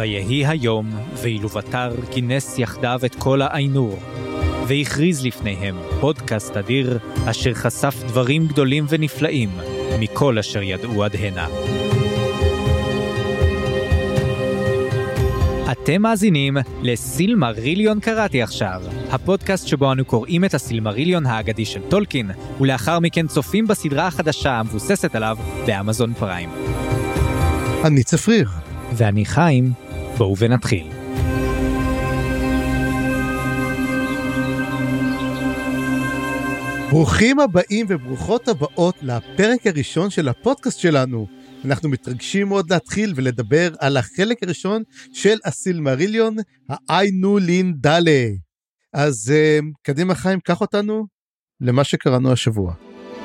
ויהי היום, ואילובטר כינס יחדיו את כל האיינור, והכריז לפניהם פודקאסט אדיר, אשר חשף דברים גדולים ונפלאים, מכל אשר ידעו עד הנה. אתם מאזינים לסילמריליון קראתי עכשיו, הפודקאסט שבו אנו קוראים את הסילמריליון האגדי של טולקין, ולאחר מכן צופים בסדרה החדשה המבוססת עליו באמזון פריים. אני צפריר. ואני חיים. בואו ונתחיל. ברוכים הבאים וברוכות הבאות לפרק הראשון של הפודקאסט שלנו. אנחנו מתרגשים מאוד להתחיל ולדבר על החלק הראשון של הסילמריליון, האיינולין דלה. אז קדימה חיים, קח אותנו למה שקראנו השבוע.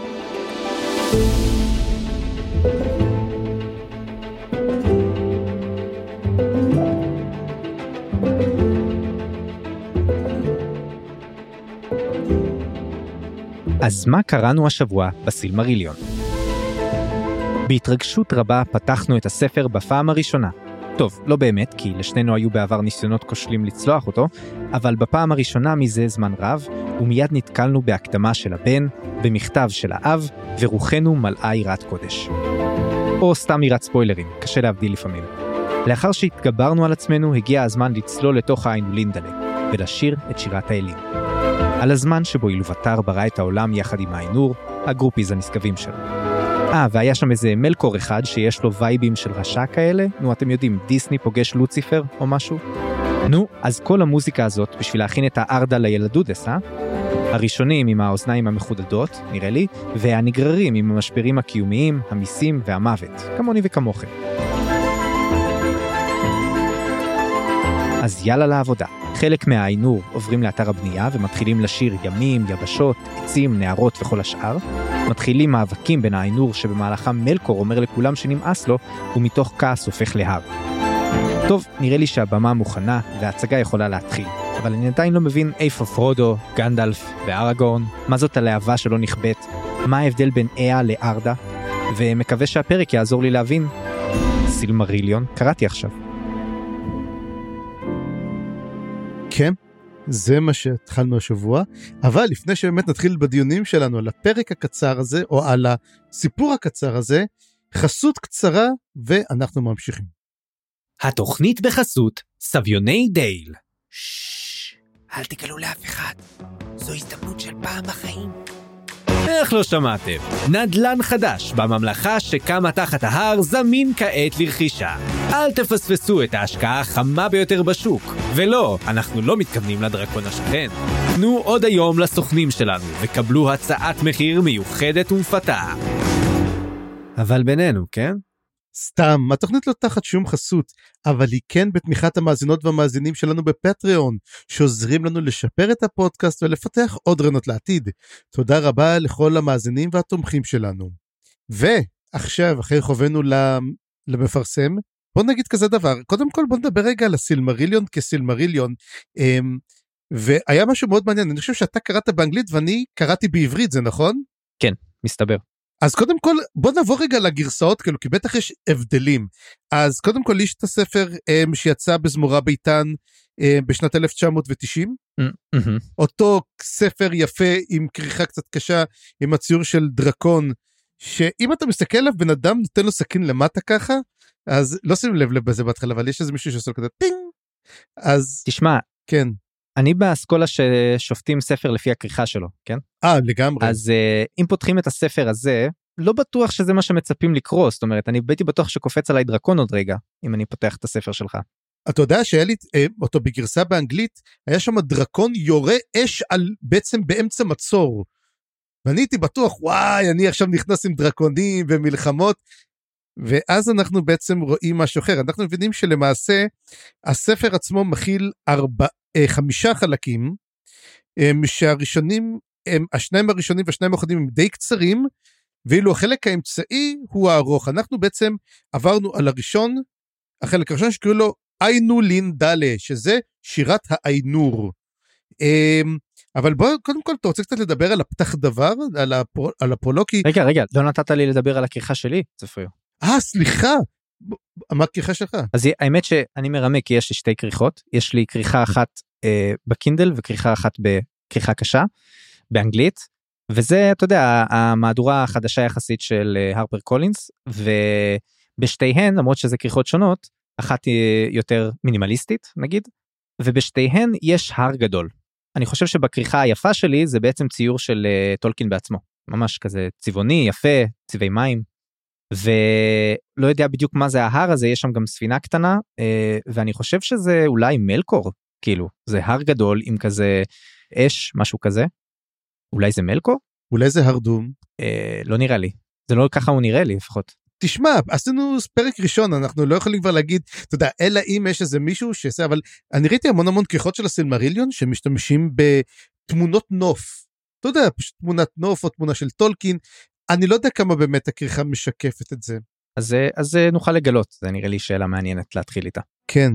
אז מה קראנו השבוע בסילמריליון? בהתרגשות רבה פתחנו את הספר בפעם הראשונה. טוב, לא באמת, כי לשנינו היו בעבר ניסיונות כושלים לצלוח אותו, אבל בפעם הראשונה מזה זמן רב, ומיד נתקלנו בהקדמה של הבן, במכתב של האב, ורוחנו מלאה יראת קודש. או סתם יראת ספוילרים, קשה להבדיל לפעמים. לאחר שהתגברנו על עצמנו, הגיע הזמן לצלול לתוך האיינולין דלה, ולשיר את שירת האלים. על הזמן שבו אילובטר ברא את העולם יחד עם האיינור, הגרופיז הנשגבים שלו. והיה שם איזה מלקור אחד שיש לו וייבים של רשע כאלה, אתם יודעים, דיסני פוגש לוציפר או משהו. אז כל המוזיקה הזאת בשביל להכין את הארדה לילדודס, הראשונים עם האוזניים המחודדות, נראה לי, והנגררים עם המשברים הקיומיים, המיסים והמוות, כמוני וכמוכם. אז יאללה לעבודה. חלק מהאיינור עוברים לאתר הבנייה ומתחילים לשיר ימים, יבשות, עצים, נערות וכל השאר. מתחילים מאבקים בין האיינור שבמהלכם מלקור אומר לכולם שנמאס לו, ומתוך כעס הופך להר. טוב, נראה לי שהבמה מוכנה וההצגה יכולה להתחיל. אבל אני עדיין לא מבין איפה פרודו, גנדלף וארגורן, מה זאת הלהבה שלא נכבט, מה ההבדל בין איה לארדה, ומקווה שהפרק יעזור לי להבין. סילמריליון, קראתי עכשיו. כן, זה מה שהתחלנו השבוע, אבל לפני שבאמת נתחיל בדיונים שלנו על הפרק הקצר הזה, או על הסיפור הקצר הזה, חסות קצרה ואנחנו ממשיכים. התוכנית בחסות סביוני דייל. אל תגלו לאף אחד, זו הזדמנות של פעם בחיים. איך לא שמעתם? נדלן חדש בממלכה שקמה תחת ההר זמין כעת לרכישה. אל תפספסו את ההשקעה החמה ביותר בשוק. ולא, אנחנו לא מתכוונים לדרקון השכן. תנו עוד היום לסוכנים שלנו וקבלו הצעת מחיר מיוחדת ומפתה. אבל בינינו, כן? סתם, התוכנית לא תחת שום חסות, אבל היא כן בתמיכת המאזינות והמאזינים שלנו בפטריון, שעוזרים לנו לשפר את הפודקאסט ולפתח עוד רעיונות לעתיד. תודה רבה לכל המאזינים והתומכים שלנו. ועכשיו, אחרי חובנו למפרסם, בוא נגיד כזה דבר, קודם כל בוא נדבר רגע על הסילמריליון כסילמריליון, והיה משהו מאוד מעניין, אני חושב שאתה קראת באנגלית ואני קראתי בעברית, זה נכון? כן, מסתבר. אז קודם כל, בוא נעבור רגע לגרסאות, כאילו, כי בטח יש הבדלים. אז קודם כל, יש את הספר שיצא בזמורה ביתן בשנת 1990. אותו ספר יפה עם כריכה קצת קשה, עם הציור של דרקון, שאם אתה מסתכל עליו, בן אדם נותן לו סכין למטה ככה, אז לא שים לב בזה בהתחלה, אבל יש איזה מישהו שעושה לו כזה טינג. אז... תשמע. כן. אני באסכולה ששופטים ספר לפי הכריכה שלו, כן? לגמרי. אז אם פותחים את הספר הזה, לא בטוח שזה מה שמצפים לקרוא, זאת אומרת, אני הייתי בטוח שקופץ עליי דרקון עוד רגע, אם אני פותח את הספר שלך. אתה יודע שהיה לי אותו בגרסה באנגלית, היה שם דרקון יורה אש בעצם באמצע מצור, ואני הייתי בטוח, וואי, אני עכשיו נכנס עם דרקונים ומלחמות, ואז אנחנו בעצם רואים משהו אחר, אנחנו מבינים שלמעשה, הספר עצמו מכיל 5 חלקים, שהראשונים, השניים הראשונים והשניים האחרונים הם די קצרים, ואילו החלק האמצעי הוא הארוך. אנחנו בעצם עברנו על הראשון, החלק הראשון שקראו לו איינולין דלה, שזה שירת האיינור. אבל בוא, קודם כל, אתה רוצה קצת לדבר על הפתח דבר, על הפרולוג. רגע, לא נתת לי לדבר על הכריכה שלי, צפריר. סליחה, מה הכריכה שלך? אז האמת שאני מרמה כי יש לי שתי כריכות, יש לי כריכה אחת בקינדל וכריכה אחת בכריכה קשה באנגלית, וזה אתה יודע המהדורה החדשה יחסית של הרפר קולינס, ובשתיהן למרות שזה כריכות שונות, אחת היא יותר מינימליסטית נגיד, ובשתיהן יש הר גדול. אני חושב שבכריכה היפה שלי זה בעצם ציור של טולקין בעצמו, ממש כזה צבעוני יפה, צבעי מים, ולא יודע בדיוק מה זה ההר הזה, יש שם גם ספינה קטנה, ואני חושב שזה אולי מלקור, כאילו, זה הר גדול עם כזה אש, משהו כזה, אולי זה מלקור? אולי זה הרדום? לא נראה לי, זה לא ככה הוא נראה לי לפחות. תשמע, עשינו פרק ראשון, אנחנו לא יכולים כבר להגיד, אתה יודע, אלא אם יש איזה מישהו שעושה, אבל אני ראיתי המון כריכות של הסילמריליון, שמשתמשים בתמונות נוף, אתה יודע, פשוט תמונת נוף או תמונה של טולקין, אני לא יודע כמה באמת הכריכה משקפת את זה. אז נוכל לגלות, זה נראה לי שאלה מעניינת להתחיל איתה. כן.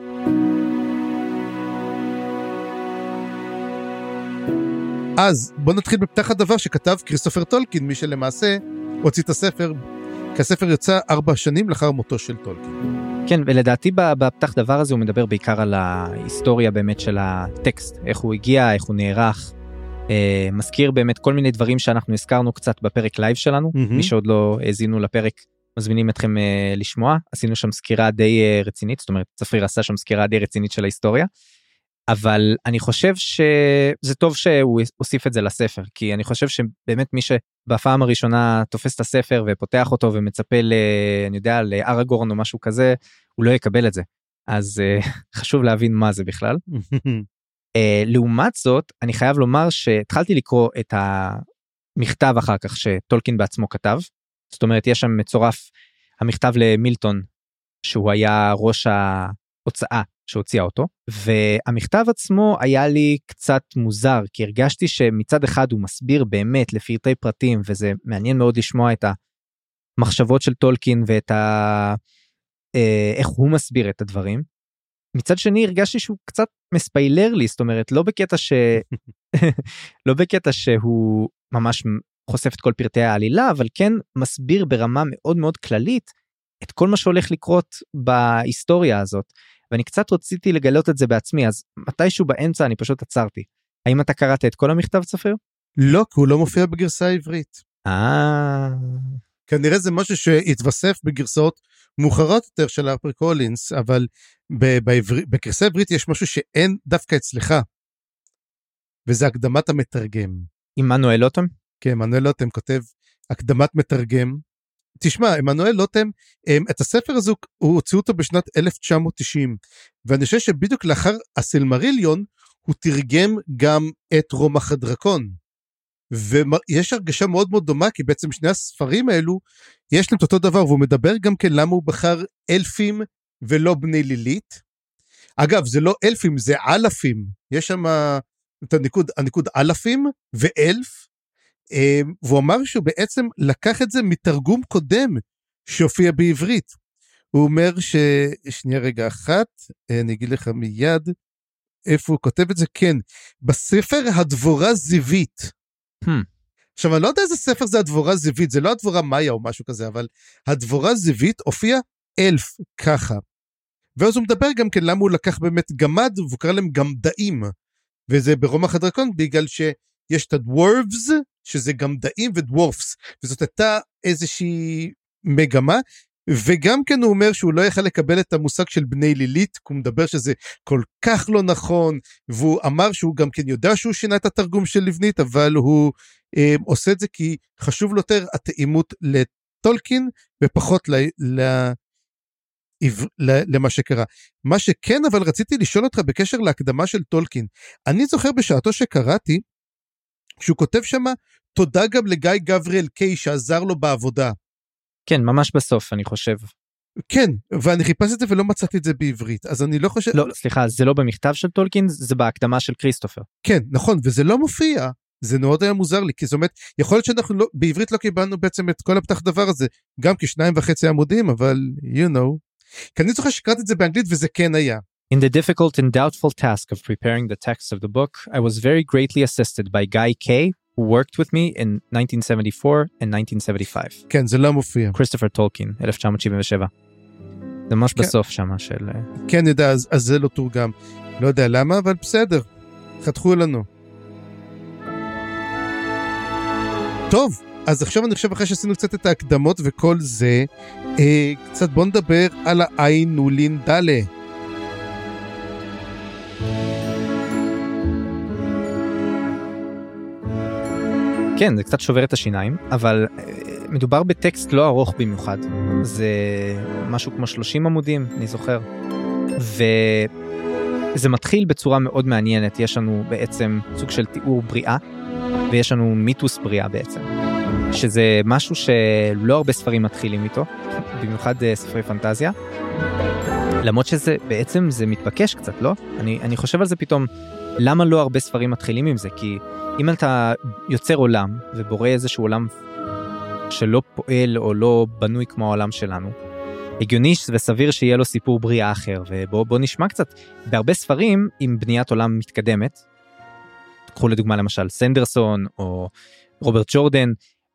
אז בוא נתחיל בפתח הדבר שכתב כריסטופר טולקין, מי שלמעשה הוציא את הספר, כי הספר יוצא 4 שנים לאחר מותו של טולקין. כן, ולדעתי בפתח דבר הזה הוא מדבר בעיקר על ההיסטוריה באמת של הטקסט, איך הוא הגיע, איך הוא נערך, מזכיר באמת כל מיני דברים שאנחנו הזכרנו קצת בפרק לייב שלנו, מי שעוד לא האזינו לפרק, מזמינים אתכם לשמוע, עשינו שם סקירה די רצינית, זאת אומרת צפריר עשה שם סקירה די רצינית של ההיסטוריה, אבל אני חושב שזה טוב שהוא הוסיף את זה לספר, כי אני חושב שבאמת מי שבפעם הראשונה תופס את הספר ופותח אותו ומצפה אני יודע, לארגורן או משהו כזה, הוא לא יקבל את זה. אז חשוב להבין מה זה בכלל. לעומת זאת, אני חייב לומר שהתחלתי לקרוא את המכתב אחר כך שטולקין בעצמו כתב, זאת אומרת יש שם מצורף המכתב למילטון, שהוא היה ראש ההוצאה שהוציאה אותו, והמכתב עצמו היה לי קצת מוזר, כי הרגשתי שמצד אחד הוא מסביר באמת לפרטי פרטים, וזה מעניין מאוד לשמוע את המחשבות של טולקין, ואת איך הוא מסביר את הדברים. מצד שני הרגשתי שהוא קצת מספיילר לי, זאת אומרת לא בקטע לא בקטע שהוא ממש חושף את כל פרטי העלילה, אבל כן מסביר ברמה מאוד מאוד כללית, את כל מה שהולך לקרות בהיסטוריה הזאת, ואני קצת רציתי לגלות את זה בעצמי, אז מתישהו באמצע אני פשוט עצרתי. האם אתה קראת את כל המכתב צפיר? לא, כי הוא לא מופיע בגרסה העברית. כנראה זה משהו שהתווסף בגרסאות מאוחרות יותר של הרפר קולינס, אבל בגרסה העברית יש משהו שאין דווקא אצלך, וזה הקדמת המתרגם. עמנואל לוטם? כן, עמנואל לוטם כותב הקדמת מתרגם. תשמע, עמנואל לוטם, את הספר הזה הוא הוציא אותו בשנת 1990, ואני חושב שבדיוק לאחר הסילמריליון, הוא תרגם גם את רומח הדרקון, ויש הרגשה מאוד מאוד דומה, כי בעצם שני הספרים האלו, יש להם אותו דבר, והוא מדבר גם כן למה הוא בחר אלפים ולא בני לילית. אגב, זה לא אלפים, זה אלפים, יש שם את הניקוד אלפים ואלף, והוא אמר שהוא בעצם לקח את זה מתרגום קודם שהופיע בעברית. הוא אומר שנייה רגע אחת, אני אגיד לך מיד איפה הוא כותב את זה, כן, בספר הדבורה זיווית. עכשיו אני לא יודע איזה ספר זה הדבורה זיווית, זה לא הדבורה מאיה או משהו כזה, אבל הדבורה זיווית הופיע אלף ככה. ואז הוא מדבר גם כן למה הוא לקח באמת גמד, והוא קרא להם גמדאים, וזה ברומח הדרקון בגלל שיש את הדוורבס, שזה גמדאים ודוורפס, וזאת הייתה איזושהי מגמה, וגם כן הוא אומר שהוא לא יכל לקבל את המושג של בני לילית, כי הוא מדבר שזה כל כך לא נכון, והוא אמר שהוא גם כן יודע שהוא שינה את התרגום של לבנית, אבל הוא עושה את זה כי חשוב לו יותר התאימות לטולקין, ופחות למה שקרה. מה שכן אבל רציתי לשאול אותך בקשר להקדמה של טולקין, אני זוכר בשעתו שקראתי, שהוא כותב שמה, תודה גם לגיא גבריאל קיי שעזר לו בעבודה. כן, ממש בסוף אני חושב. כן, ואני חיפשתי את זה ולא מצאתי את זה בעברית, אז אני לא חושב... לא, סליחה, זה לא במכתב של טולקין, זה בהקדמה של כריסטופר. כן, נכון, וזה לא מופיע, זה מאוד היה מוזר לי, כי זאת אומרת, יכול להיות שאנחנו לא, בעברית לא קיבלנו בעצם את כל הפתח דבר הזה, גם כ2.5 עמודים, אבל you know, כי אני זוכר שקראתי את זה באנגלית וזה כן היה. In the difficult and doubtful task of preparing the text of the book, I was very greatly assisted by Guy Kay, who worked with me in 1974 and 1975. כן, זה לא מופיע. Christopher Tolkien, 1977. זה ממש בסוף שמה של... כן, יודע, אז זה לא תורגם. לא יודע למה, אבל בסדר. חתכו לנו. טוב, אז עכשיו אני חושב אחרי שעשינו קצת את ההקדמות וכל זה, קצת בוא נדבר על האיינולין דלה. כן, זה קצת שובר את השיניים, אבל מדובר בטקסט לא ארוך במיוחד. זה משהו כמו 30 עמודים, אני זוכר. וזה מתחיל בצורה מאוד מעניינת. יש לנו בעצם סוג של תיאור בריאה, ויש לנו מיתוס בריאה בעצם. שזה משהו שלא הרבה ספרים מתחילים איתו, במיוחד ספרי פנטזיה. למרות שזה בעצם זה מתבקש קצת, לא? אני חושב על זה פתאום, למה לא הרבה ספרים מתחילים עם זה? כי אם אתה יוצר עולם, ובורא איזשהו עולם שלא פועל או לא בנוי כמו העולם שלנו, הגיוני וסביר שיהיה לו סיפור בריאה אחר, ובוא נשמע קצת. בהרבה ספרים עם בניית עולם מתקדמת, קחו לדוגמה למשל סנדרסון או רוברט ג'ורדן,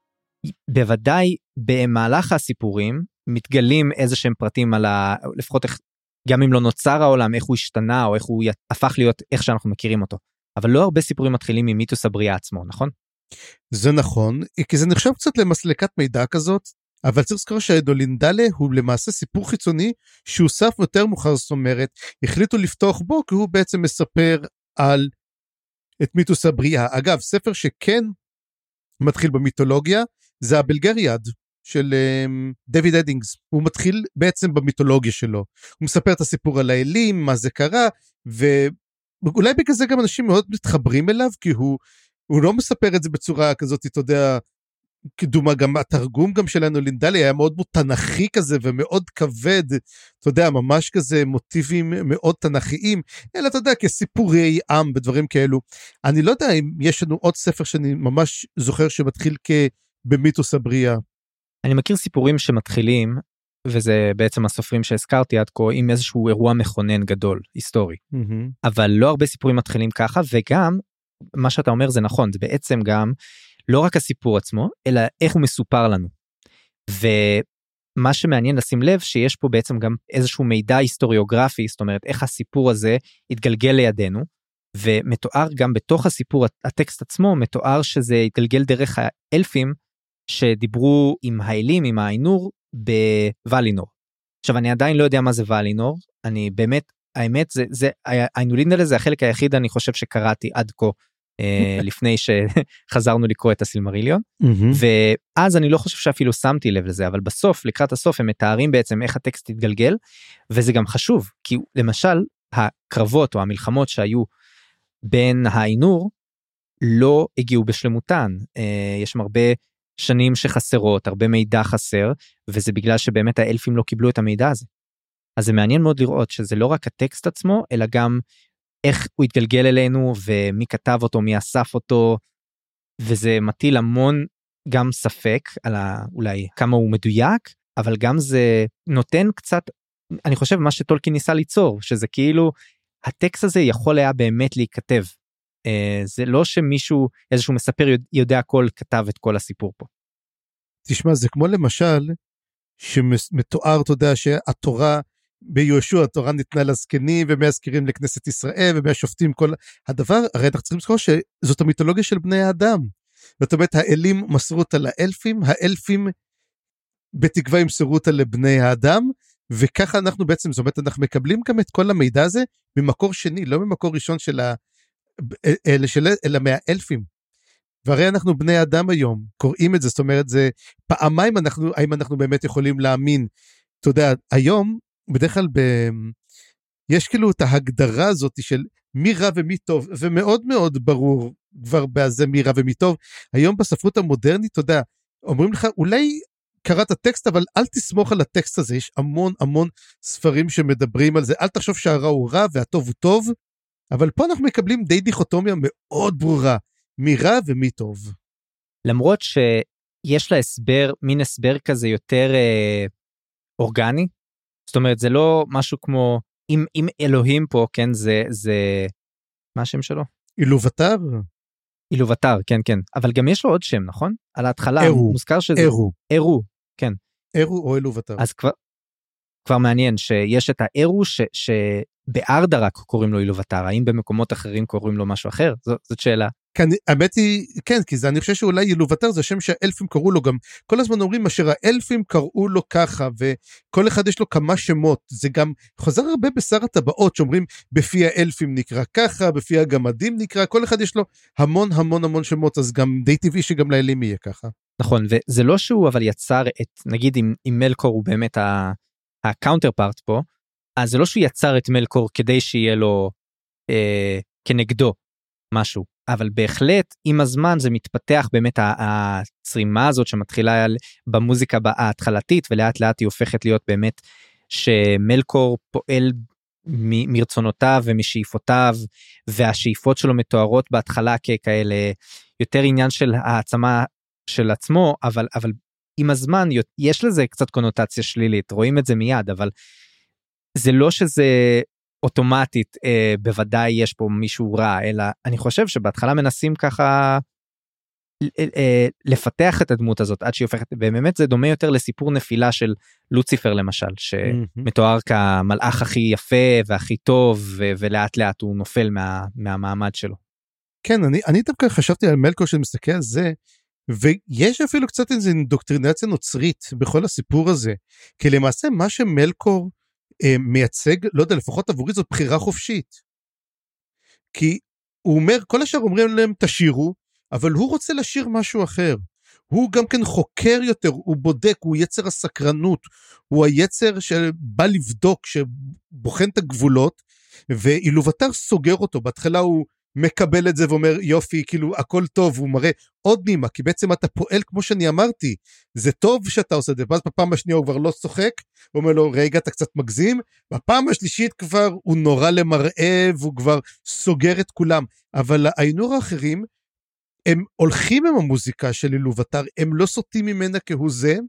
בוודאי במהלך הסיפורים מתגלים איזה שהם פרטים על לפחות איך, גם אם לא נוצר העולם, איך הוא השתנה או איך הוא הפך להיות איך שאנחנו מכירים אותו. אבל לא הרבה סיפורים מתחילים ממיתוס הבריאה עצמו, נכון? זה נכון, כי זה נחשב קצת למסלקת מידע כזאת, אבל צריך לזכור שהאיינולין דלה הוא למעשה סיפור חיצוני שהוסף יותר מאוחר, זאת אומרת, החליטו לפתוח בו כי הוא בעצם מספר על את מיתוס הבריאה. אגב, ספר שכן מתחיל במיתולוגיה, זה הבלגריאד של דויד אדינגס. הוא מתחיל בעצם במיתולוגיה שלו. הוא מספר את הסיפור על האלים, מה זה קרה, ואולי בגלל זה גם אנשים מאוד מתחברים אליו, כי הוא לא מספר את זה בצורה כזאת, אתה יודע, קדומה, גם התרגום גם של האיינולין דלה היה מאוד תנכי כזה, ומאוד כבד, אתה יודע, ממש כזה מוטיבים מאוד תנכיים, אלא אתה יודע, כסיפורי עם ודברים כאלו. אני לא יודע אם יש לנו עוד ספר שאני ממש זוכר שמתחיל במיתוס הבריאה. אני מכיר סיפורים שמתחילים, וזה בעצם הסופרים שהזכרתי עד כה, עם איזשהו אירוע מכונן גדול, היסטורי. אבל לא הרבה סיפורים מתחילים ככה, וגם, מה שאתה אומר זה נכון, זה בעצם גם, לא רק הסיפור עצמו, אלא איך הוא מסופר לנו. ומה שמעניין לשים לב, שיש פה בעצם גם איזשהו מידע היסטוריוגרפי, זאת אומרת, איך הסיפור הזה התגלגל לידינו, ומתואר גם בתוך הסיפור, הטקסט עצמו, מתואר שזה התגלגל דרך האלפים, שדיברו עם האלים, עם האיינור, בוואלינור. עכשיו, אני עדיין לא יודע מה זה וואלינור, אני באמת, האמת, האיינולין דלה זה החלק היחיד, אני חושב שקראתי עד כה, לפני שחזרנו לקרוא את הסילמריליון, ואז אני לא חושב שאפילו שמתי לב לזה, אבל בסוף, לקראת הסוף, הם מתארים בעצם איך הטקסט התגלגל, וזה גם חשוב, כי למשל, הקרבות או המלחמות שהיו בין האיינור, לא הגיעו בשלמותן, יש הרבה שנים שחסרות, הרבה מידע חסר, וזה בגלל שבאמת האלפים לא קיבלו את המידע הזה. אז זה מעניין מאוד לראות שזה לא רק הטקסט עצמו, אלא גם איך הוא התגלגל אלינו, ומי כתב אותו, מי אסף אותו, וזה מטיל המון גם ספק, על אולי כמה הוא מדויק, אבל גם זה נותן קצת, אני חושב מה שטולקין ניסה ליצור, שזה כאילו, הטקסט הזה יכול היה באמת להיכתב, זה לא שמישהו, איזשהו מספר יודע הכל, כתב את כל הסיפור פה. תשמע, זה כמו למשל, שמתואר, אתה יודע, שהתורה, ביהושע התורה ניתנה לזקנים, ומהזכירים לכנסת ישראל, ומהשופטים כל הדבר, הרי אנחנו צריכים לזכור שזאת המיתולוגיה של בני האדם. זאת אומרת, האלים מסרו אותה לאלפים, האלפים בתקווה ימסרו אותה לבני האדם, וככה אנחנו בעצם, זאת אומרת, אנחנו מקבלים גם את כל המידע הזה, ממקור שני, לא ממקור ראשון אלא מהאלפים. והרי אנחנו בני אדם היום, קוראים את זה, זאת אומרת, זה פעמיים האם אנחנו באמת יכולים להאמין, אתה יודע, היום, בדרך כלל יש כאילו את ההגדרה הזאת של מי רע ומי טוב, ומאוד מאוד ברור כבר בזה מי רע ומי טוב. היום בספרות המודרנית, אתה יודע, אומרים לך, אולי קראת טקסט, אבל אל תסמוך על הטקסט הזה, יש המון המון ספרים שמדברים על זה, אל תחשוב שהרע הוא רע והטוב הוא טוב, אבל פה אנחנו מקבלים די דיכוטומיה מאוד ברורה, מי רע ומי טוב. למרות שיש לה הסבר, מין הסבר כזה יותר אורגני, זאת אומרת, זה לא משהו כמו, אם אלוהים פה, כן, זה, מה השם שלו? אילובטר? אילובטר, כן, כן. אבל גם יש לו עוד שם, נכון? על ההתחלה, אירו. מוזכר שזה... אירו. אירו, כן. אירו או אילובטר. אז כבר מעניין שיש את האירו שבארדרק קוראים לו אילובטר, האם במקומות אחרים קוראים לו משהו אחר? זאת שאלה. כן, האמת היא, כן, כי אני חושב שאולי אילובטר זה השם שהאלפים קראו לו גם, כל הזמן אומרים אשר האלפים קראו לו ככה, וכל אחד יש לו כמה שמות, זה גם חוזר הרבה בשר הטבעות, שאומרים בפי האלפים נקרא ככה, בפי הגמדים נקרא, כל אחד יש לו המון המון המון שמות, אז גם די טבעי שגם לאלים יהיה ככה. נכון, וזה לא שהוא אבל יצר את, נגיד אם מלקור הוא באמת הקאונטר פארט פה, אז זה לא שהוא יצר את מלקור כדי שיהיה לו כנגדו משהו, אבל בהחלט עם הזמן זה מתפתח באמת הצרימה הזאת שמתחילה במוזיקה ההתחלתית, ולאט לאט היא הופכת להיות באמת שמלקור פועל מרצונותיו ומשאיפותיו, והשאיפות שלו מתוארות בהתחלה ככאלה יותר עניין של העצמה של עצמו, אבל עם הזמן יש לזה קצת קונוטציה שלילית, רואים את זה מיד, אבל זה לא שזה אוטומטית, בוודאי יש פה מישהו רע, אלא אני חושב שבהתחלה מנסים ככה לפתח את הדמות הזאת, עד שהיא הופכת, ובאמת זה דומה יותר לסיפור נפילה של לוציפר למשל, שמתואר כמלאך הכי יפה והכי טוב, ולאט לאט הוא נופל מהמעמד שלו. כן, אני דווקא חשבתי על מלקור שמסתכל על זה, ויש אפילו קצת איזו אינדוקטרינציה נוצרית בכל הסיפור הזה, כי למעשה מה שמלקור מייצג, לא יודע, לפחות עבורי זאת בחירה חופשית. כי הוא אומר, כל השאר אומרים להם תשירו, אבל הוא רוצה לשיר משהו אחר. הוא גם כן חוקר יותר, הוא בודק, הוא יצר הסקרנות, הוא היצר שבא לבדוק, שבוחן את הגבולות, ואילובטר סוגר אותו, בהתחלה הוא מקבל את זה ואומר יופי, כאילו הכל טוב, הוא מראה עוד נימה, כי בעצם אתה פועל כמו שאני אמרתי, זה טוב שאתה עושה את זה, ואז בפעם השנייה הוא כבר לא צוחק, הוא אומר לו רגע אתה קצת מגזים, בפעם השלישית כבר הוא נורא למראה, והוא כבר סוגר את כולם, אבל האינור האחרים, הם הולכים עם המוזיקה של אילובטר, הם לא סוטים ממנה כהוא זה,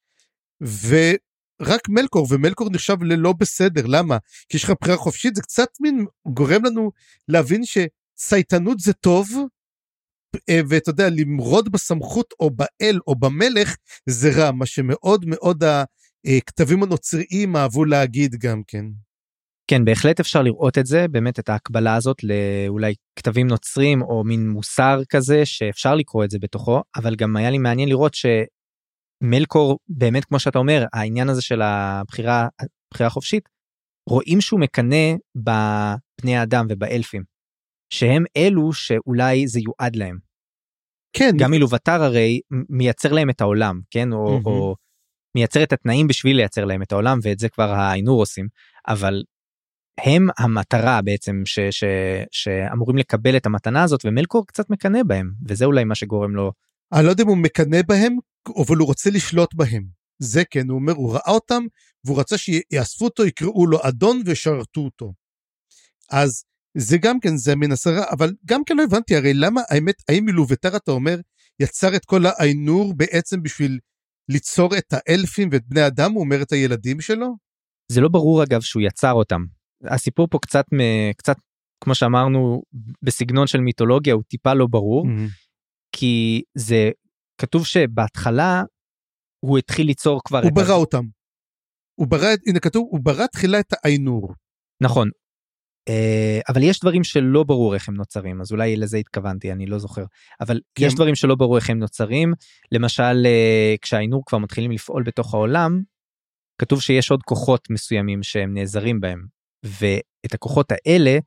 ורק מלקור, ומלקור נחשב ללא בסדר, למה? כי יש לך בחירה חופשית, זה קצת מין גורם לנו להבין צייתנות זה טוב, ואתה יודע, למרוד בסמכות או באל או במלך, זה רע, מה שמאוד מאוד הכתבים הנוצריים אהבו להגיד גם כן. כן, בהחלט אפשר לראות את זה, באמת את ההקבלה הזאת לאולי כתבים נוצרים, או מין מוסר כזה, שאפשר לקרוא את זה בתוכו, אבל גם היה לי מעניין לראות שמלקור, באמת כמו שאתה אומר, העניין הזה של הבחירה החופשית, רואים שהוא מקנה בבני האדם ובאלפים. שהם אלו שאולי זה יועד להם. כן. גם אילובטר הרי מייצר להם את העולם, כן? או מייצר את התנאים בשביל לייצר להם את העולם, ואת זה כבר האינור עושים, אבל הם המטרה בעצם שאמורים לקבל את המתנה הזאת, ומלקור קצת מקנה בהם, וזה אולי מה שגורם לו. אני לא יודע אם הוא מקנה בהם, אבל הוא רוצה לשלוט בהם. זה כן, הוא אומר, הוא ראה אותם, והוא רצה שיאספו אותו, יקראו לו אדון ושרתו אותו. אז זה גם כן, זה מן הסרה, אבל גם כן לא הבנתי, הרי למה, האמת, האם אילובטר, אתה אומר, יצר את כל האינור בעצם בשביל ליצור את האלפים ואת בני אדם, הוא אומר את הילדים שלו? זה לא ברור אגב שהוא יצר אותם. הסיפור פה קצת, כמו שאמרנו, בסגנון של מיתולוגיה, הוא טיפה לא ברור, כי זה כתוב שבהתחלה, הוא התחיל ליצור כבר הוא ברא אותם. הוא ברא, הנה כתוב, הוא ברא תחילה את האינור. נכון. אבל יש דברים שלא ברור איך הם נוצרים, אז אולי לזה התכוונתי, אני לא זוכר, אבל יש דברים שלא ברור איך הם נוצרים, למשל כשהאינור כבר מתחילים לפעול בתוך העולם, כתוב שיש עוד כוחות מסוימים שהם נעזרים בהם, ואת הכוחות האלה,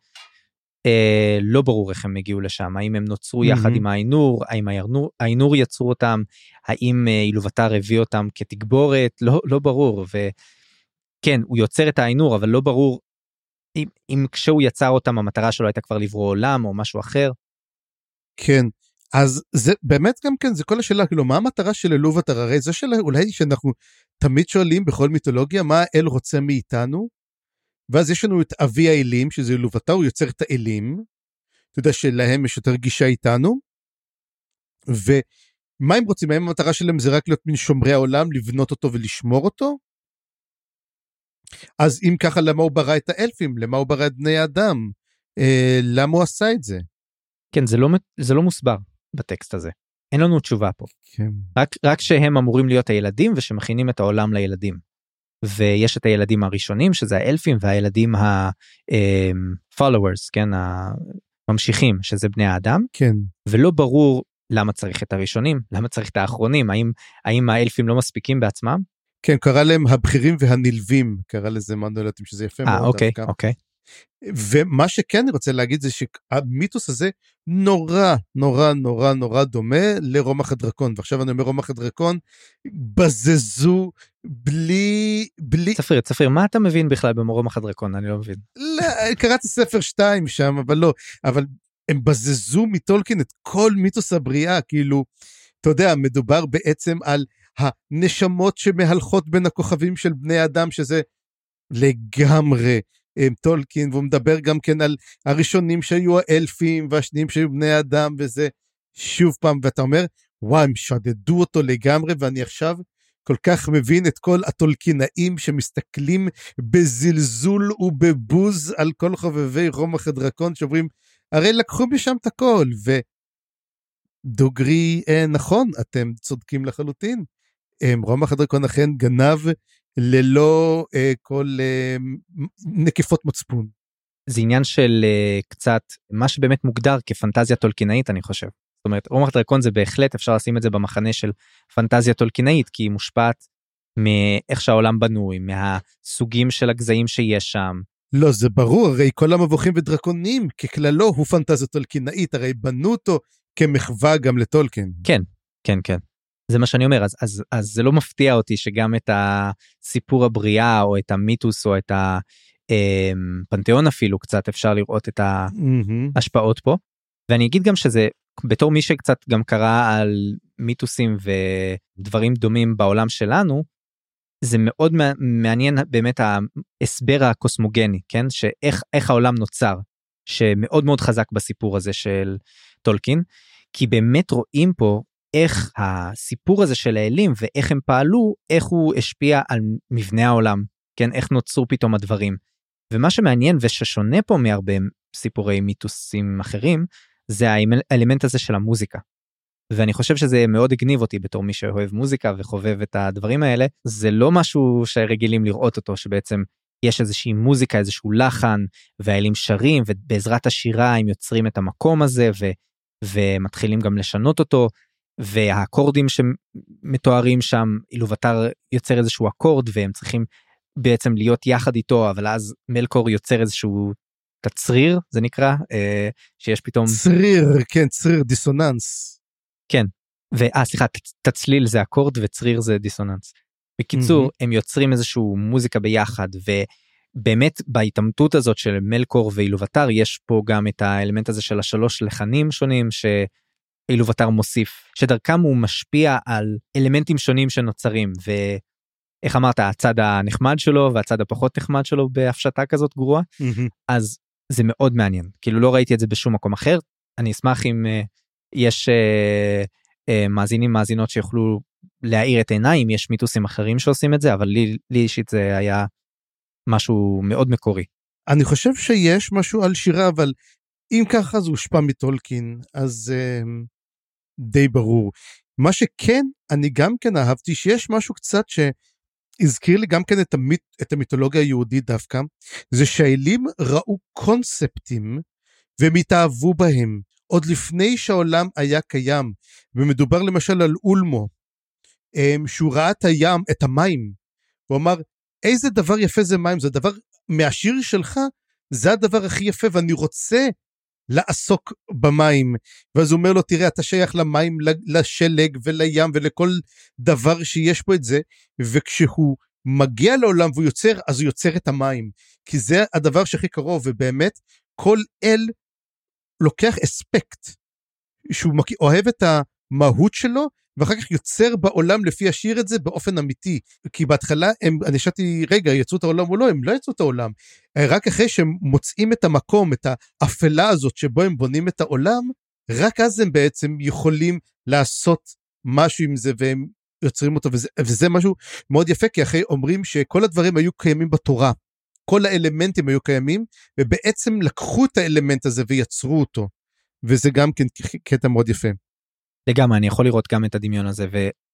לא ברור איך הם הגיעו לשם, האם הם נוצרו יחד עם האינור, האם האינור יצרו אותם, האם אילובטר הביא אותם כתגבורת, לא ברור, וכן, הוא יוצר את האינור, אבל לא ברור, אם כשהוא יצר אותם, המטרה שלו הייתה כבר לברוא עולם, או משהו אחר. כן, אז זה באמת גם כן, זה כל השאלה, כאילו, מה המטרה של אילובטר? הרי זו שאלה אולי שאנחנו תמיד שואלים בכל מיתולוגיה, מה האל רוצה מאיתנו? ואז יש לנו את אבי האלים, שזה אילובטר, הוא יוצר את האלים, אתה יודע שלהם יש יותר גישה איתנו, ומה הם רוצים? האם המטרה שלהם זה רק להיות מן שומרי העולם, לבנות אותו ולשמור אותו? אז אם ככה, למה הוא ברא את האלפים? למה הוא ברא את בני האדם? למה הוא עשה את זה? כן, זה לא מוסבר בטקסט הזה. אין לנו תשובה פה. כן. רק שהם אמורים להיות הילדים, ושמכינים את העולם לילדים. ויש את הילדים הראשונים, שזה האלפים, והילדים ה-followers, כן, הממשיכים, שזה בני האדם. כן. ולא ברור למה צריך את הראשונים, למה צריך את האחרונים, האם האלפים לא מספיקים בעצמם? כן, קרא להם הבכירים והנלווים, קרא לזה מנדולתים, שזה יפה מאוד. אוקיי, אוקיי. ומה שכן אני רוצה להגיד זה שהמיתוס הזה נורא נורא נורא נורא דומה לרומח הדרקון, ועכשיו אני אומר רומח הדרקון, בזזו בלי... צפריר, מה אתה מבין בכלל ברומח הדרקון? אני לא מבין. לא, קראתי ספר 2 שם, אבל לא, אבל הם בזזו מטולקין את כל מיתוס הבריאה, כאילו, אתה יודע, מדובר בעצם על הנשמות שמהלכות בין הכוכבים של בני אדם, שזה לגמרי טולקין, והוא מדבר גם כן על הראשונים שהיו האלפים, והשניים שהיו בני אדם, וזה שוב פעם, ואתה אומר, וואי, הם שדדו אותו לגמרי, ואני עכשיו כל כך מבין את כל הטולקינאים שמסתכלים בזלזול ובבוז על כל חובבי רומח הדרקון, שאומרים, הרי לקחו משם את הכל, ודוגרי, נכון, אתם צודקים לחלוטין, רומח הדרקון אכן גנב ללא כל נקיפות מצפון. זה עניין של קצת, מה שבאמת מוגדר כפנטזיה טולקינאית, אני חושב. זאת אומרת, רומח הדרקון זה בהחלט, אפשר לשים את זה במחנה של פנטזיה טולקינאית, כי היא מושפעת מאיך שהעולם בנוי, מהסוגים של הגזעים שיש שם. לא, זה ברור, הרי כל המבוכים ודרקונים, ככללו הוא פנטזיה טולקינאית, הרי בנו אותו כמחווה גם לטולקין. כן, כן, כן. זה מה שאני אומר, אז זה לא מפתיע אותי שגם את הסיפור הבריאה, או את המיתוס, או את הפנתיאון אפילו, קצת אפשר לראות את ההשפעות פה. ואני אגיד גם שזה, בתור מי שקצת גם קרא על מיתוסים ודברים דומים בעולם שלנו, זה מאוד מעניין באמת ההסבר הקוסמוגני, כן? שאיך העולם נוצר, שמאוד מאוד חזק בסיפור הזה של טולקין, כי באמת רואים פה איך הסיפור הזה של האלים ואיך הם פעלו, איך הוא השפיע על מבנה העולם, כן? איך נוצרו פתאום הדברים. ומה שמעניין וששונה פה מהרבה סיפורי מיתוסים אחרים, זה האלמנט הזה של המוזיקה. ואני חושב שזה מאוד הגניב אותי בתור מי שאוהב מוזיקה וחובב את הדברים האלה. זה לא משהו שרגילים לראות אותו, שבעצם יש איזושהי מוזיקה, איזשהו לחן, והאלים שרים, ובעזרת השירה הם יוצרים את המקום הזה, ומתחילים גם לשנות אותו, והאקורדים שמתוארים שם, אילובטר יוצר איזשהו אקורד, והם צריכים בעצם להיות יחד איתו, אבל אז מלקור יוצר איזשהו תצריר, זה נקרא, שיש פתאום... צריר, כן, צריר, דיסוננס. כן, סליחה, תצליל זה אקורד וצריר זה דיסוננס. בקיצור, הם יוצרים איזשהו מוזיקה ביחד, ובאמת בהתאמתות הזאת של מלקור ואילובטר, יש פה גם את האלמנט הזה של 3 לחנים שונים, שאילובטר מוסיף, שדרכם הוא משפיע על אלמנטים שונים שנוצרים, ואיך אמרת, הצד הנחמד שלו, והצד הפחות נחמד שלו, בהפשטה כזאת גרועה, אז זה מאוד מעניין, כאילו לא ראיתי את זה בשום מקום אחר, אני אשמח אם יש מאזינים, מאזינות שיוכלו להאיר את עיניים, יש מיתוסים אחרים שעושים את זה, אבל לי אישית זה היה משהו מאוד מקורי. אני חושב שיש משהו על שירה, אבל אם ככה זה הושפע מטולקין, אז די ברור. מה שכן, אני גם כן אהבתי, שיש משהו קצת שהזכיר לי גם כן את המיתולוגיה היהודית דווקא, זה שהאלים ראו קונספטים, והם התאהבו בהם, עוד לפני שהעולם היה קיים, ומדובר למשל על אולמו, שהוא ראה את המים, הוא אמר, איזה דבר יפה זה מים, זה דבר מהשיר שלך, זה הדבר הכי יפה, ואני רוצה לעסוק במים, ואז הוא אומר לו, תראה, אתה שייך למים, לשלג ולים, ולכל דבר שיש פה את זה, וכשהוא מגיע לעולם והוא יוצר, אז הוא יוצר את המים, כי זה הדבר שהכי קרוב, ובאמת, כל אל לוקח אספקט, שהוא אוהב את המהות שלו, ואחר כך יוצר בעולם לפי השיר את זה באופן אמיתי, כי בהתחלה אני שאלתי, רגע, יצאו את העולם או לא? הם לא יצאו את העולם, רק אחרי שהם מוצאים את המקום, את האפלה הזאת שבו הם בונים את העולם, רק אז הם בעצם יכולים לעשות משהו עם זה, והם יוצרים אותו, וזה משהו מאוד יפה, כי אחרי אומרים שכל הדברים היו קיימים בתורה, כל האלמנטים היו קיימים, ובעצם לקחו את האלמנט הזה ויצרו אותו, וזה גם כן קטע מאוד יפה. לגמרי, אני יכול לראות גם את הדמיון הזה,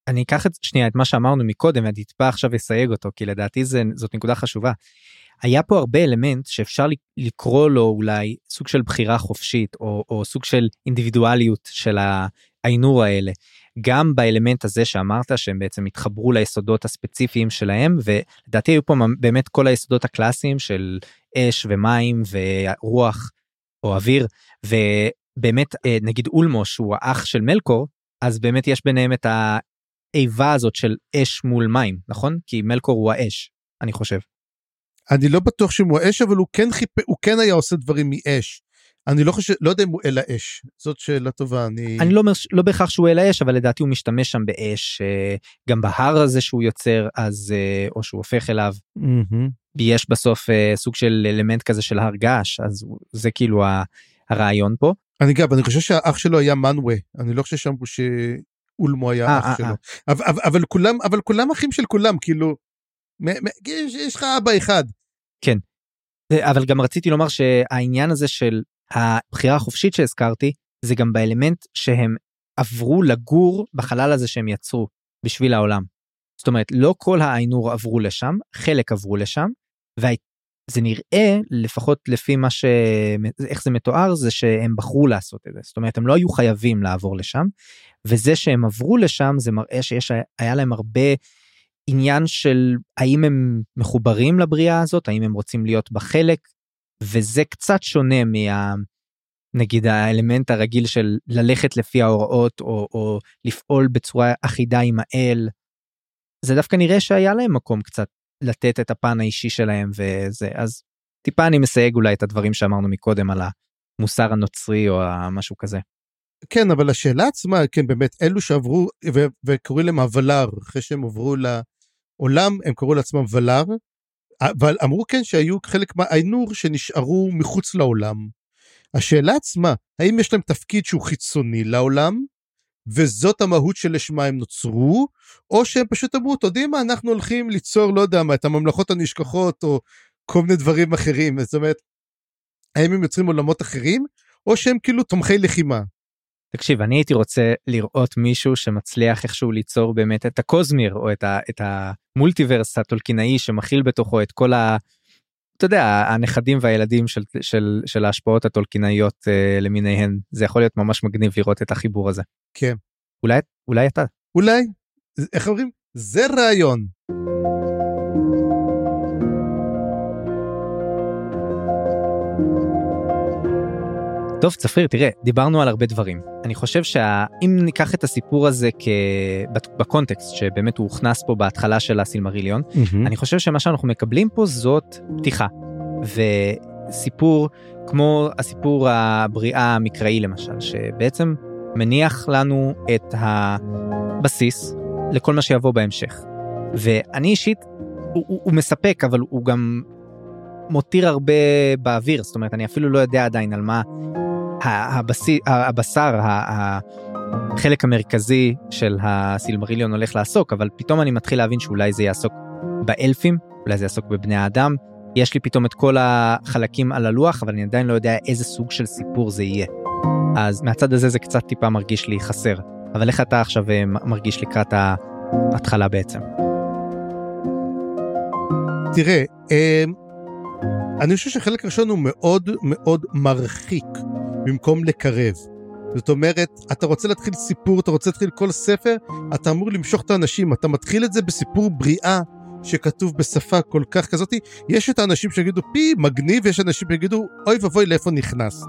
אני אקח שנייה את מה שאמרנו מקודם, ואני אתפע עכשיו אסייג אותו, כי לדעתי זאת נקודה חשובה. היה פה הרבה אלמנט שאפשר לקרוא לו אולי סוג של בחירה חופשית, או סוג של אינדיבידואליות של העינור האלה. גם באלמנט הזה שאמרת, שהם בעצם התחברו ליסודות הספציפיים שלהם, ולדעתי היו פה באמת כל היסודות הקלאסיים של אש ומים ורוח או אוויר, ובאמת נגיד אולמוש הוא האח של מלקור, אז באמת יש ביניהם את האיבה הזאת של אש מול מים, נכון? כי מלקור הוא האש, אני חושב. אני לא בטוח שהוא אש, אבל הוא כן היה עושה דברים מאש. אני לא יודע אם הוא אל האש. זאת שאלה טובה. אני לא בהכרח שהוא אל האש, אבל לדעתי הוא משתמש שם באש, גם בהר הזה שהוא יוצר, אז, או שהוא הופך אליו. יש בסוף סוג של אלמנט כזה של הר געש, אז זה כאילו הרעיון פה. אני חושב שהאח שלו היה מנווה. אני לא חושב שאמרו שאולמו היה אח שלו. אבל כולם אחים של כולם, כאילו, יש לך אבא אחד. כן, אבל גם רציתי לומר שהעניין הזה של הבחירה החופשית שהזכרתי, זה גם באלמנט שהם עברו לגור בחלל הזה שהם יצרו בשביל העולם. זאת אומרת, לא כל העינור עברו לשם, חלק עברו לשם, וזה נראה, לפחות לפי איך זה מתואר, זה שהם בחרו לעשות את זה. זאת אומרת, הם לא היו חייבים לעבור לשם, וזה שהם עברו לשם, זה מראה שהיה להם הרבה עניין של האם הם מחוברים לבריאה הזאת, האם הם רוצים להיות בחלק, וזה קצת שונה נגיד האלמנט הרגיל של ללכת לפי ההוראות, או לפעול בצורה אחידה עם האל. זה דווקא נראה שהיה להם מקום קצת לתת את הפן האישי שלהם, וזה, אז טיפה אני מסייג אולי את הדברים שאמרנו מקודם, על המוסר הנוצרי, או משהו כזה. כן, אבל השאלה עצמה, כן, באמת, אלו שעברו, וקראו להם הוולר, אחרי שהם עברו לעולם, הם קראו לעצמם ולר, אבל אמרו כן שהיו חלק מהעינור שנשארו מחוץ לעולם. השאלה עצמה, האם יש להם תפקיד שהוא חיצוני לעולם, וזאת המהות שלשמה הם נוצרו, או שהם פשוט אמרו, אתה יודעים מה, אנחנו הולכים ליצור, לא יודע מה, את הממלכות הנשכחות, או כל מיני דברים אחרים, זאת אומרת, האם הם יוצרים עולמות אחרים, או שהם כאילו תומכי לחימה. תקשיב, אני הייתי רוצה לראות מישהו שמצליח איכשהו ליצור באמת את הקוזמיר, או את המולטיברס הטולקינאי שמכיל בתוכו את כל אתה יודע, הנכדים והילדים של ההשפעות הטולקינאיות למיניהן. זה יכול להיות ממש מגניב לראות את החיבור הזה. כן. אולי אתה. אולי, איך אומרים? זה רעיון. טוב, צפריר, תראה, דיברנו על הרבה דברים. אני חושב שאם ניקח את הסיפור הזה בקונטקסט, שבאמת הוא הוכנס פה בהתחלה של הסילמריליון, אני חושב שמה שאנחנו מקבלים פה זאת פתיחה. וסיפור כמו הסיפור הבריאה המקראי למשל, שבעצם מניח לנו את הבסיס לכל מה שיבוא בהמשך. ואני אישית, הוא מספק, אבל הוא גם מותיר הרבה באוויר, זאת אומרת, אני אפילו לא יודע עדיין על מה הבשר, החלק המרכזי של הסילמריליון הולך לעסוק, אבל פתאום אני מתחיל להבין שאולי זה יעסוק באלפים, אולי זה יעסוק בבני האדם, יש לי פתאום את כל החלקים על הלוח, אבל אני עדיין לא יודע איזה סוג של סיפור זה יהיה. אז מהצד הזה זה קצת טיפה מרגיש לי חסר, אבל איך אתה עכשיו מרגיש לקראת ההתחלה בעצם? תראה, אני חושב שחלק ראשון הוא מאוד מאוד מרחיק, במקום לקרב. זאת אומרת, אתה רוצה להתחיל סיפור, אתה רוצה להתחיל כל ספר, אתה אמור למשוך את האנשים, אתה מתחיל את זה בסיפור בריאה, שכתוב בשפה כל כך כזאת, יש את האנשים שיגידו, פי, מגניב, ויש אנשים שיגידו, אוי ובוי, לאיפה נכנסת?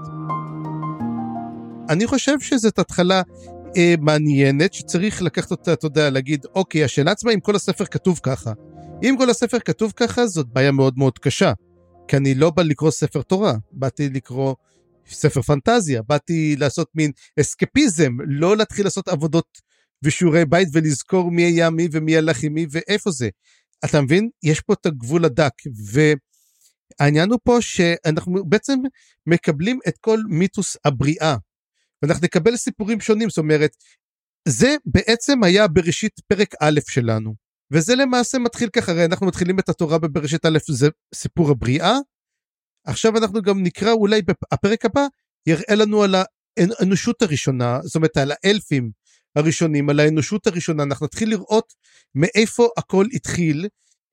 אני חושב שזאת התחלה מעניינת, שצריך לקחת אותה, אתה יודע, להגיד, אוקיי, השאלה עצמה, אם כל הספר כתוב ככה. אם כל הספר כתוב ככה, זאת בעיה מאוד מאוד קשה. כי אני לא בא לקרוא ספר תורה, באתי לקרוא ספר פנטזיה, באתי לעשות מין אסקפיזם, לא להתחיל לעשות עבודות ושיעורי בית ולזכור מי היה מי ומי הלך עם מי ואיפה זה. אתה מבין? יש פה את הגבול הדק, והעניין הוא פה שאנחנו בעצם מקבלים את כל מיתוס הבריאה, ואנחנו נקבל סיפורים שונים, זאת אומרת, זה בעצם היה בראשית פרק א' שלנו, וזה למעשה מתחיל ככה, הרי אנחנו מתחילים את התורה בבראשית א', זה סיפור הבריאה, עכשיו אנחנו גם נקרא, אולי הפרק הבא, יראה לנו על האנושות הראשונה, זאת אומרת על האלפים, הראשונים, על האנושות הראשונה, אנחנו נתחיל לראות מאיפה הכל התחיל,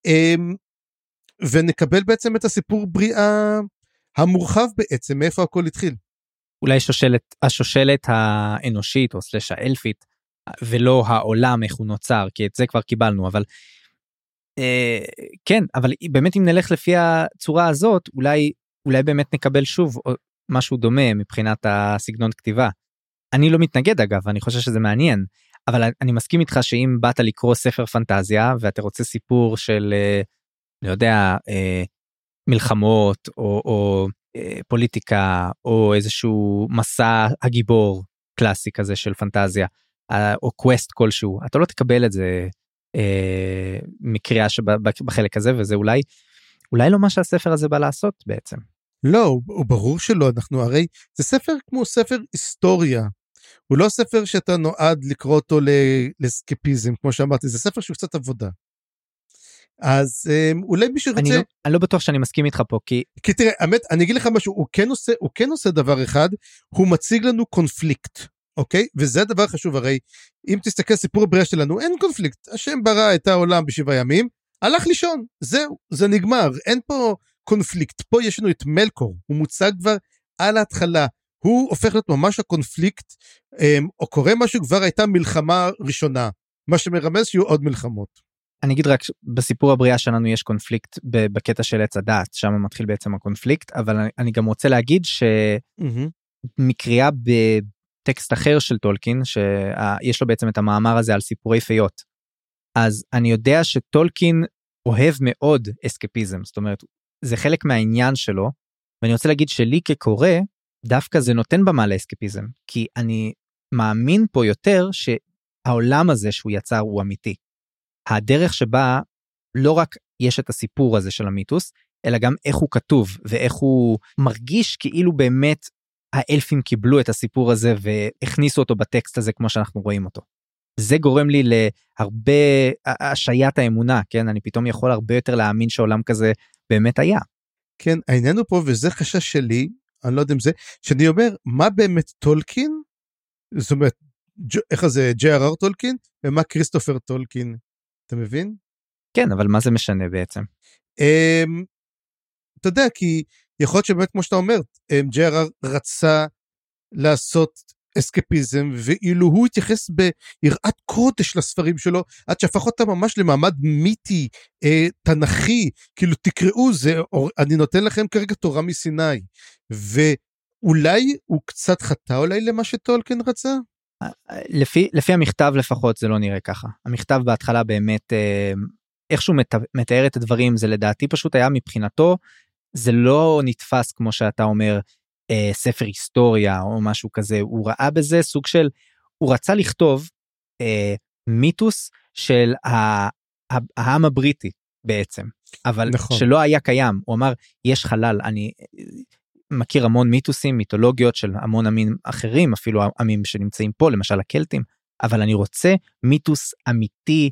ונקבל בעצם את הסיפור בריאה המורחב בעצם, מאיפה הכל התחיל. אולי השושלת האנושית, או סלש האלפית, ולא העולם איך הוא נוצר, כי את זה כבר קיבלנו, אבל כן, אבל באמת אם נלך לפי הצורה הזאת, אולי באמת נקבל שוב משהו דומה מבחינת הסגנון כתיבה. אני לא מתנגד אגב, אני חושב שזה מעניין, אבל אני מסכים איתך שאם באת לקרוא ספר פנטזיה, ואתה רוצה סיפור של, לא יודע, מלחמות, או פוליטיקה, או איזשהו מסע הגיבור קלאסי כזה של פנטזיה, או קווסט כלשהו, אתה לא תקבל את זה מקריאה בחלק הזה, וזה אולי לא מה שהספר הזה בא לעשות בעצם. לא, הוא ברור שלא, הרי זה ספר כמו ספר היסטוריה, הוא לא ספר שאתה נועד לקרוא אותו לסקפיזם, כמו שאמרתי, זה ספר שהוא קצת עבודה. אז אולי מישהו רוצה... אני לא בטוח שאני מסכים איתך פה, כי תראה, האמת, אני אגיד לך משהו, הוא כן עושה דבר אחד, הוא מציג לנו קונפליקט, אוקיי? וזה הדבר חשוב, הרי אם תסתכל סיפור הבריאה שלנו, אין קונפליקט, השם ברא את העולם ב7 ימים, הלך לישון, זהו, זה נגמר, אין פה קונפליקט, פה יש לנו את מלקור, הוא מוצג כבר על ההתחלה, הוא הופך להיות ממש הקונפליקט, או קורה משהו, כבר הייתה מלחמה ראשונה, מה שמרמז שיהיו עוד מלחמות. אני אגיד רק, בסיפור הבריאה שלנו יש קונפליקט בקטע של עץ הדעת, שם מתחיל בעצם הקונפליקט, אבל אני גם רוצה להגיד שמקריאה בטקסט אחר של טולקין, שיש לו בעצם את המאמר הזה על סיפורי פיות, אז אני יודע שטולקין אוהב מאוד אסקפיזם, זאת אומרת, זה חלק מהעניין שלו, ואני רוצה להגיד שלי כקורא, דווקא זה נותן במה לאסקפיזם, כי אני מאמין פה יותר שהעולם הזה שהוא יצר הוא אמיתי. הדרך שבה לא רק יש את הסיפור הזה של המיתוס, אלא גם איך הוא כתוב, ואיך הוא מרגיש כאילו באמת האלפים קיבלו את הסיפור הזה, והכניסו אותו בטקסט הזה כמו שאנחנו רואים אותו. זה גורם לי להרבה השעיית האמונה, כן? אני פתאום יכול הרבה יותר להאמין שעולם כזה באמת היה. כן, העניין הוא פה, וזה חשש שלי, אני לא יודע אם זה, שאני אומר, מה באמת טולקין? זאת אומרת, איך זה J.R.R. טולקין, ומה כריסטופר טולקין? אתה מבין? כן, אבל מה זה משנה בעצם? אתה יודע, כי יכול להיות שבאמת כמו שאתה אומר, J.R.R. רצה לעשות אסקפיזם, ואילו הוא התייחס ביראת קודש לספרים שלו, עד שהפך אותם ממש למעמד מיתי, תנכי, כאילו תקראו, אני נותן לכם כרגע תורה מסיני, ואולי הוא קצת חטא אולי למה שטולקין רצה? לפי המכתב לפחות זה לא נראה ככה. המכתב בהתחלה באמת, איכשהו מתאר את הדברים, זה לדעתי פשוט היה מבחינתו, זה לא נתפס כמו שאתה אומר, ספר היסטוריה או משהו כזה, הוא ראה בזה סוג של, הוא רצה לכתוב מיתוס של העם הבריטי בעצם, אבל נכון. שלא היה קיים, הוא אמר יש חלל, אני מכיר המון מיתוסים, מיתולוגיות של המון עמים אחרים, אפילו עמים שנמצאים פה, למשל הקלטים, אבל אני רוצה מיתוס אמיתי,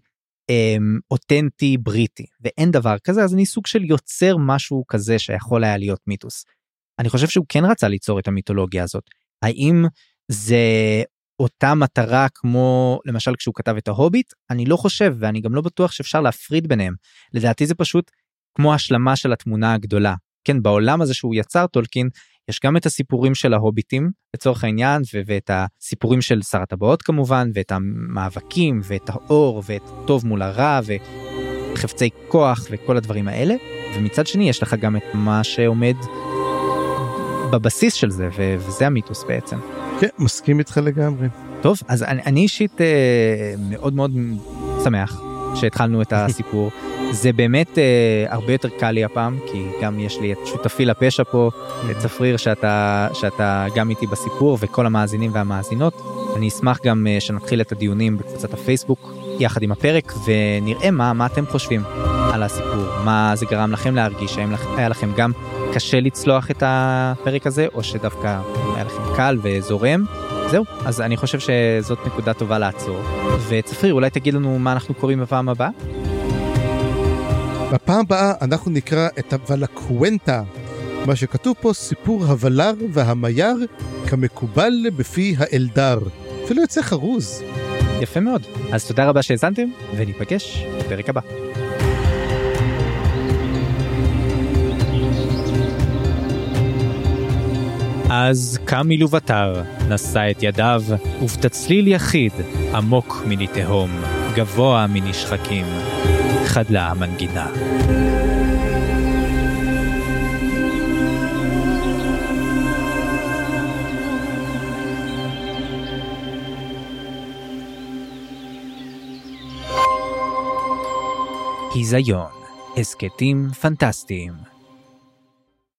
אותנטי בריטי, ואין דבר כזה, אז אני סוג של יוצר משהו כזה שיכול היה להיות מיתוס. אני חושב שהוא כן רצה ליצור את המיתולוגיה הזאת. האם זה אותה מטרה כמו למשל כשהוא כתב את ההוביט? אני לא חושב, ואני גם לא בטוח שאפשר להפריד ביניהם. לדעתי זה פשוט כמו השלמה של התמונה הגדולה. כן, בעולם הזה שהוא יצר טולקין, יש גם את הסיפורים של ההוביטים, לצורך העניין, ואת הסיפורים של שר הטבעות כמובן, ואת המאבקים, ואת האור, ואת טוב מול הרע, וחפצי כוח, וכל הדברים האלה. ומצד שני יש לך גם את מה שעומד בבסיס של זה, וזה המיתוס בעצם. כן, מסכים איתך לגמרי. טוב, אז אני אישית מאוד מאוד שמח שהתחלנו את הסיפור. זה באמת הרבה יותר קל לי הפעם, כי גם יש לי את שותפי לפשע פה, את צפריר שאתה גם איתי בסיפור, וכל המאזינים והמאזינות. אני אשמח גם שנתחיל את הדיונים בקבוצת הפייסבוק, יחד עם הפרק, ונראה מה אתם חושבים על הסיפור, מה זה גרם לכם להרגיש, האם היה לכם גם קשה לצלוח את הפרק הזה, או שדווקא היה לכם קל וזורם. זהו, אז אני חושב שזאת נקודה טובה לעצור. וצפריר, אולי תגיד לנו מה אנחנו קוראים בפעם הבאה? בפעם הבאה אנחנו נקרא את הוולקוונטה, מה שכתוב פה סיפור הוולר והמייר כמקובל בפי האלדר. אפילו יוצא חרוז. יפה מאוד. אז תודה רבה שהזנתם, וניפגש בפרק הבא. אז קם מלובטר, נשא את ידיו, ובתצליל יחיד, עמוק מני תהום, גבוה מני שחקים, חדלה המנגינה. היזיון, הסקטים פנטסטיים.